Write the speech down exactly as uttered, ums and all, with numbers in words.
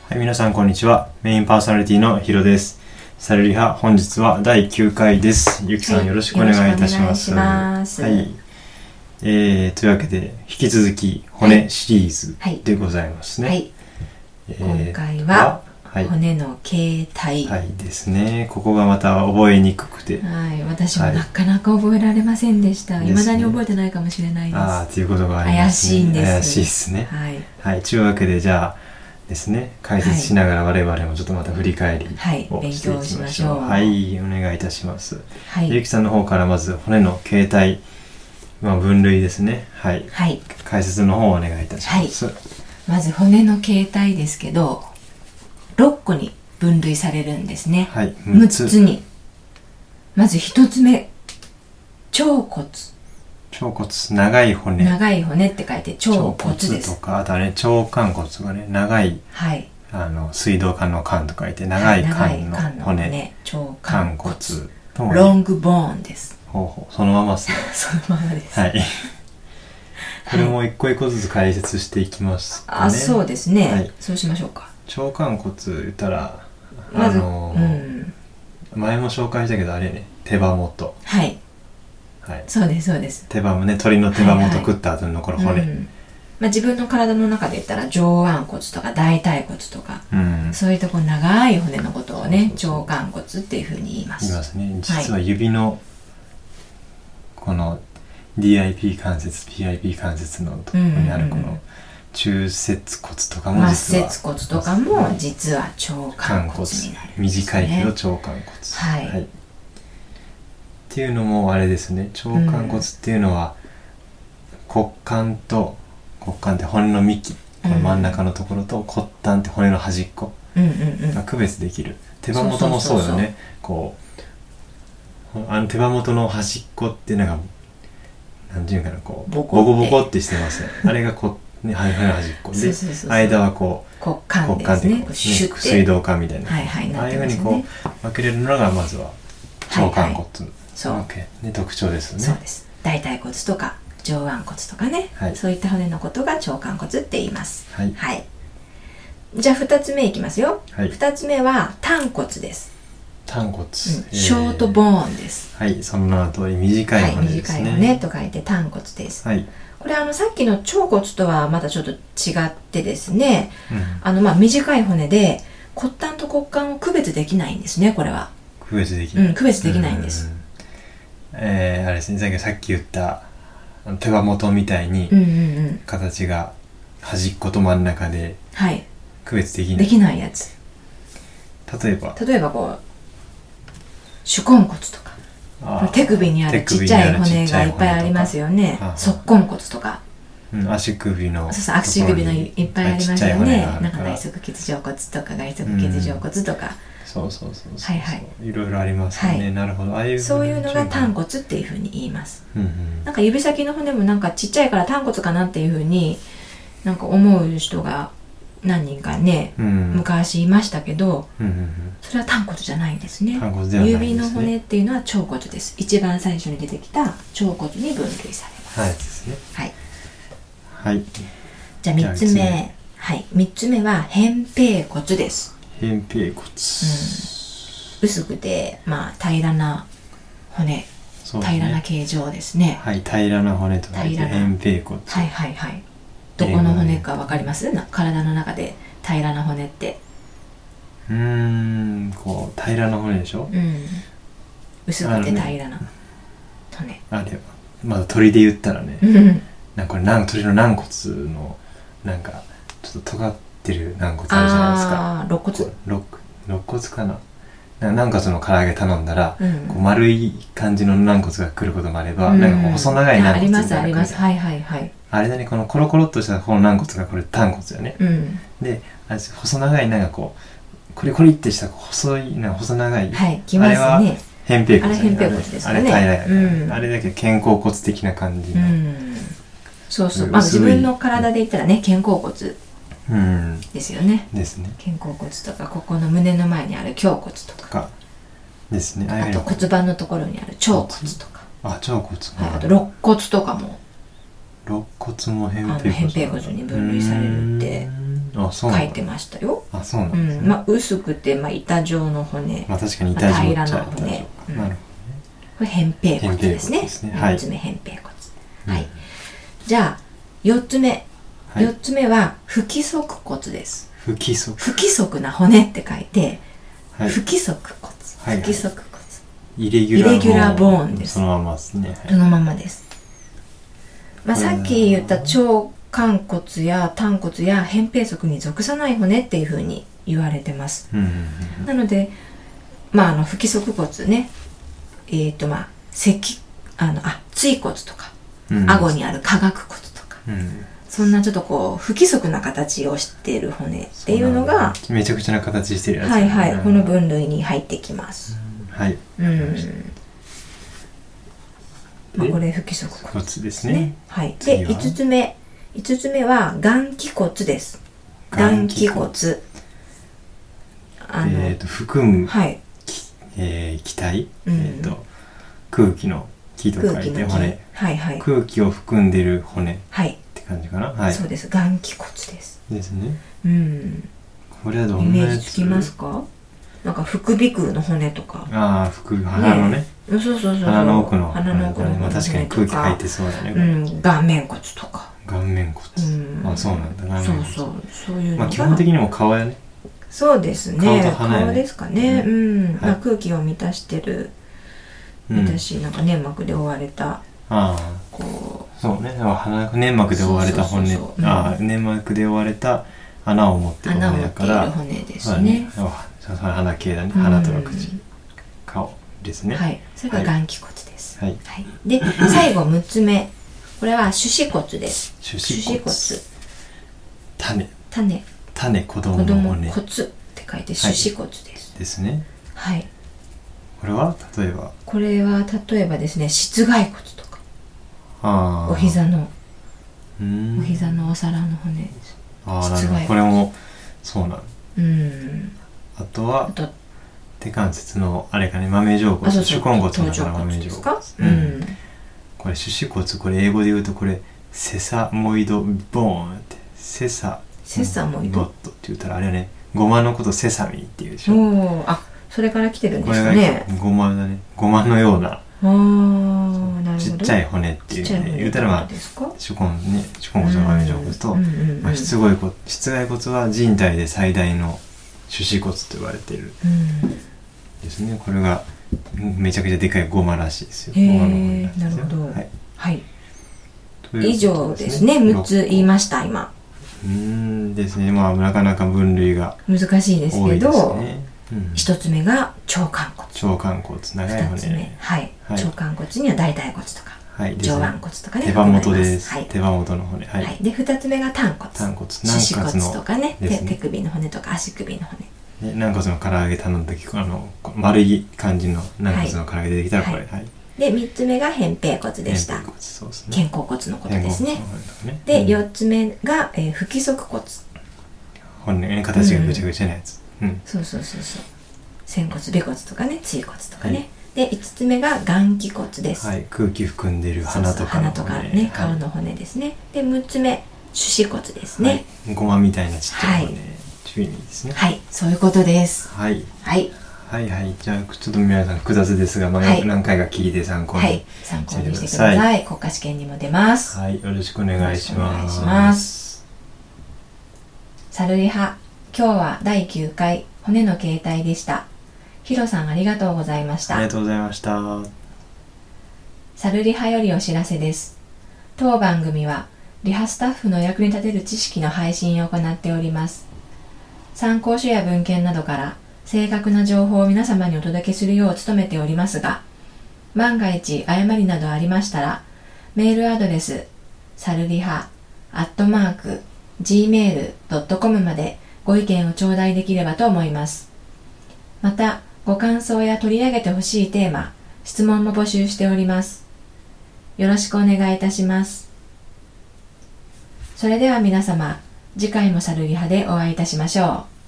はい、皆さんこんにちは。メインパーソナリティのヒロです。サルリハ、本日はだいきゅうかいです。ゆきさん、はい、よろしくお願いいたします。 ますはい、えー、というわけで引き続き骨シリーズでございますね。 はいはい、 えー、 今回は、はい、骨の形態、 はいですね。ここがまた覚えにくくて、 はい、私もなかなか覚えられませんでした。いま、はい、だに覚えてないかもしれないです。 ああ、ということがありますね。 怪しいんです。 怪しいですね。 はい。 はい、というわけでじゃあ。ですね、解説しながら我々もちょっとまた振り返りをしていきましょう。はい、勉強しましょう。はい、お願いいたします。はい、ゆきさんの方からまず骨の形態、まあ、分類ですね。はい、はい、解説の方をお願いいたします。はい、 まず骨の形態ですけど、ろっこに分類されるんですね。はい、むっつに。まずひとつめ、腸骨。 腸骨、長い骨。 長い骨って書いて腸骨です。 腸骨とか、あとはね、腸間骨がね、長い、はい、あの水道管の管と書いて長い管の骨、はい、ね、腸間骨ともロングボーンです。 ほうほう、そのままですね。 そのままです。 はい。これも一個一個ずつ解説していきますかね。 あ、そうですね。はい、そうしましょうか。 腸間骨言ったら、あのーうん、前も紹介したけどあれね、手羽元。はい。 はい、そうですそうです。 手羽もね、鳥の手羽元食った後に残る骨、はいはい、うん、 まあ、自分の体の中で言ったら上腕骨とか大腿骨とか、うん、そういったこう長い骨のことをね、腸間骨っていうふうに言います。 言いますね。実は指のこの ディーアイピー 関節 ピーアイピー 関節のところにあるこの中節骨とかも実は、 末節骨とかも実は腸間骨になるんですね。 短いけど腸間骨、はい、はい、っていうのもあれですね。腸間骨っていうのは、うん、骨幹と骨幹って骨の幹、この真ん中のところと骨端って骨の端っこが区別できる。手羽元もそうよね。こうあの手羽元の端っこってなんかなんていうかな、こうボコボコってしてますね。あれがこね、骨の端っこで、間はこう骨幹ですね。こうシュッて水道管みたいな、 はいはい、 ああいうふうにこう分けれるのがまずは腸間骨。そう、ね、特徴ですね。 そうです。大腿骨とか上腕骨とかね、はい、そういった骨のことが腸間骨って言います。はい。はい、じゃあふたつめいきますよ。はい、ふたつめは胆骨です。 胆骨、うん、 ショートボーンです。 はい、その名の通り短い骨ですね。 はい、短い骨と書いて胆骨です。はい。これあのさっきの腸骨とはまたちょっと違ってですね、うん、あのまあ短い骨で骨端と骨幹を区別できないんですね。これは区別できない、 うん、区別できないんです。 えー、あれですね、さっき言った手羽元みたいに形が端っこと真ん中で区別できない、 できないやつ。 例えば例えばこう手根骨とか、手首にあるちっちゃい骨がいっぱいありますよね。足根骨とか、 うん、足首のそうそう、足首のいっぱいありますよね。なんか内側欠場骨とか外側欠場骨とか、うん、 そうそうそうそう、はいはい、いろいろありますよね。はい、なるほど。ああいうそういうのが胆骨っていうふうに言います。うんうん、なんか指先の骨もなんかちっちゃいから胆骨かなっていうふうになんか思う人が何人かね、うん、昔いましたけど、うんうんうん、それは胆骨じゃないんですね。 胆骨ではないですね。 指の骨っていうのは腸骨です。一番最初に出てきた腸骨に分類されます。 はいですね。はい。はい。 じゃあみっつめ、はい、みっつめは扁平骨です。 扁平骨、うん、 薄くてまあ平らな骨、ね、平らな形状ですね。 はい、平らな骨と書いて扁平骨。 はいはいはい。どこの骨かわかります？な体の中で平らな骨って。 うーん、こう平らな骨でしょ。うん。 薄くて平らな骨。 あれ、まだ鳥で言ったらね、うん、なんかこれなん鳥の軟骨のなんかちょっと尖ってる軟骨あるじゃないですか。 ああ、肋骨。 肋肋骨かな。なんかその唐揚げ頼んだら、うん、こう丸い感じの軟骨が来ることもあれば、うん、なんか細長い軟骨が来る。 ありますあります。はいはいはい。 あれだね、このコロコロっとしたこの軟骨がこれ胆骨だよね。うん、で、あれ細長いなんかこうコリコリってした細いな細長い、 はい、きますね。あれは扁平骨、ね。 あれ扁平骨ですかね。 あれ平らやから、うん、あれだけ肩甲骨的な感じの。うん、 そうそう。まあ自分の体で言ったらね、肩甲骨ですよね。 うん、ですね。 肩甲骨とかここの胸の前にある胸骨とか。 ですね。 あと骨盤のところにある腸骨とか。 あ、腸骨。 はい、あと肋骨とかも。 肋骨も扁平骨。 扁平骨に分類されるって書いてましたよ。 あ、そうなんですね。 うん、まあ薄くて、まあ、板状の骨、 まあ確かに板状っちゃ平らな骨、うん、 なるほどね。 これ扁平骨ですね。 ですね。はい。 みっつめ扁平骨、うん、はい。じゃあよっつめ、はい、よっつめは不規則骨です。 不規則不規則な骨って書いて、はい、不規則骨、 はい、 不規則骨、 イレギュラーボーン、 イレギュラーボーンです。 そのままですね、はい、 そのままです。まあ、さっき言った腸寛骨や胆骨や扁平足に属さない骨っていうふうに言われてます、うんうんうん、なので、まあ、あの不規則骨ね、えっ、ー、とまあ脊あのあ椎骨とか、うん、顎にある下顎骨とか、うん、そんなちょっとこう不規則な形をしている骨っていうのがめちゃくちゃな形してるやつ、ね、 はいはい、この分類に入ってきます、 うん、はい、うん、 まあ、これ不規則骨ですね。 はい。で、いつつめ。いつつめは眼気骨です。眼気骨。 あのえっ、ー、と、含む、 はい。 えー、気体、うん、えっ、ー、と、空気の気と書いて骨。 はいはい。 空気を含んでる骨。はい。って感じかな。はい。 そうです。眼気骨です。 ですね。 うん。 これはどんなやつ？ イメージつきますか？なんか副鼻腔の骨とか。 ああ、副鼻のね。ね、 そうそうそうそう。 鼻の奥の。 鼻の奥の骨、 まあ、確かに空気入ってそうだね。 うん、顔面骨とか。 顔面骨。うん、あ、そうなんだ。顔面骨。 そうそう、そういうのが。 まあ基本的にも顔やね。 そうですね。顔と鼻やね。顔ですかね。うん。うん、まあ空気を満たしてる。満たし、なんか粘膜で覆われた。ああ。こう。そうね。鼻粘膜で覆われた骨。ああ、粘膜で覆われた穴を持ってる骨だから。 穴を持っている骨ですね。 鼻系だね。鼻と口、顔ですね。 はい。それが眼気骨です。はい。はい、で、最後むっつめ。これは種子骨です。 種子骨。種。 種。 種、子供の骨。 骨って書いて種子骨です。 ですね。 はい。 これは例えば。 これは例えばですね、膝蓋骨とか。ああ。お膝の。うん。お膝のお皿の骨です。 ああ、なるほど。これもそうなん。うん。あとは手関節のあれかね、豆状骨、手根骨の中の豆状骨、うん、これ手指骨、これ英語で言うとこれセサモイドボーンってセサセサモイドって言ったらあれね、ゴマのことセサミっていうでしょ。 おあ、それから来てるんですかね。 これがゴマだね、ゴマのようなあなるほどちっちゃい骨っていうね、言うたらまあ手根ね、手根骨の豆状骨と、まあ膝蓋骨、膝蓋骨は人体で最大の種子骨と言われている、うん、ですね。これがめちゃくちゃでかいゴマらしいですよ。ゴマの骨なんですよ。 なるほど。はい。はい。 ね、 以上ですね。むっつ言いました今。 うーんですね。まあなかなか分類が難しいですけど、一、ねうん、つ目が腸管骨。 腸管骨、長い骨。 二つ目、はい。はい、腸管骨には大腿骨とか。はい、上腕骨とかね。 手羽元です。はい、手羽元の骨。 はい。はい、で二つ目が胆骨。 胆骨。 四肢骨とかね、ね手。手首の骨とか足首の骨。 ね、軟骨の唐揚げ頼んだ時、あの丸い感じの軟骨の唐揚げ出てきたらこれ。はい。はい、 で三つ目が扁平骨でした。 扁平骨、そうですね。 肩甲骨のことですね。 ねで四、うん、つ目が、えー、不規則骨。 骨ね、形がぐちゃぐちゃなやつ。 うん。うん、そうそうそうそう。仙骨、尾骨とかね、椎骨とかね。はい、で五つ目が眼気骨です。 はい、空気含んでる鼻とかの骨。 鼻とかね、顔の骨ですね。で六つ目手指骨ですね。 はい、ゴマみたいなちっちゃい骨、注意ですね。 はい、そういうことです。 はい。 はい。 はいはい、じゃあちょっと皆さん複雑ですが、まあ、はい、何回か聞いて参考に、はい、 参考にしてください。はい、国家試験にも出ます。 はい、よろしくお願いします。お願いします。サルリハ、今日はだいきゅうかい骨の形態でした。ヒロさんありがとうございました。 ありがとうございました。 サルリハよりお知らせです。当番組はリハスタッフの役に立てる知識の配信を行っております。参考書や文献などから正確な情報を皆様にお届けするよう努めておりますが、万が一誤りなどありましたら、メールアドレスサルリハアットマーク ジーメールドットコム までご意見を頂戴できればと思います。また、ご感想や取り上げてほしいテーマ、質問も募集しております。よろしくお願いいたします。それでは皆様、次回もサルリハでお会いいたしましょう。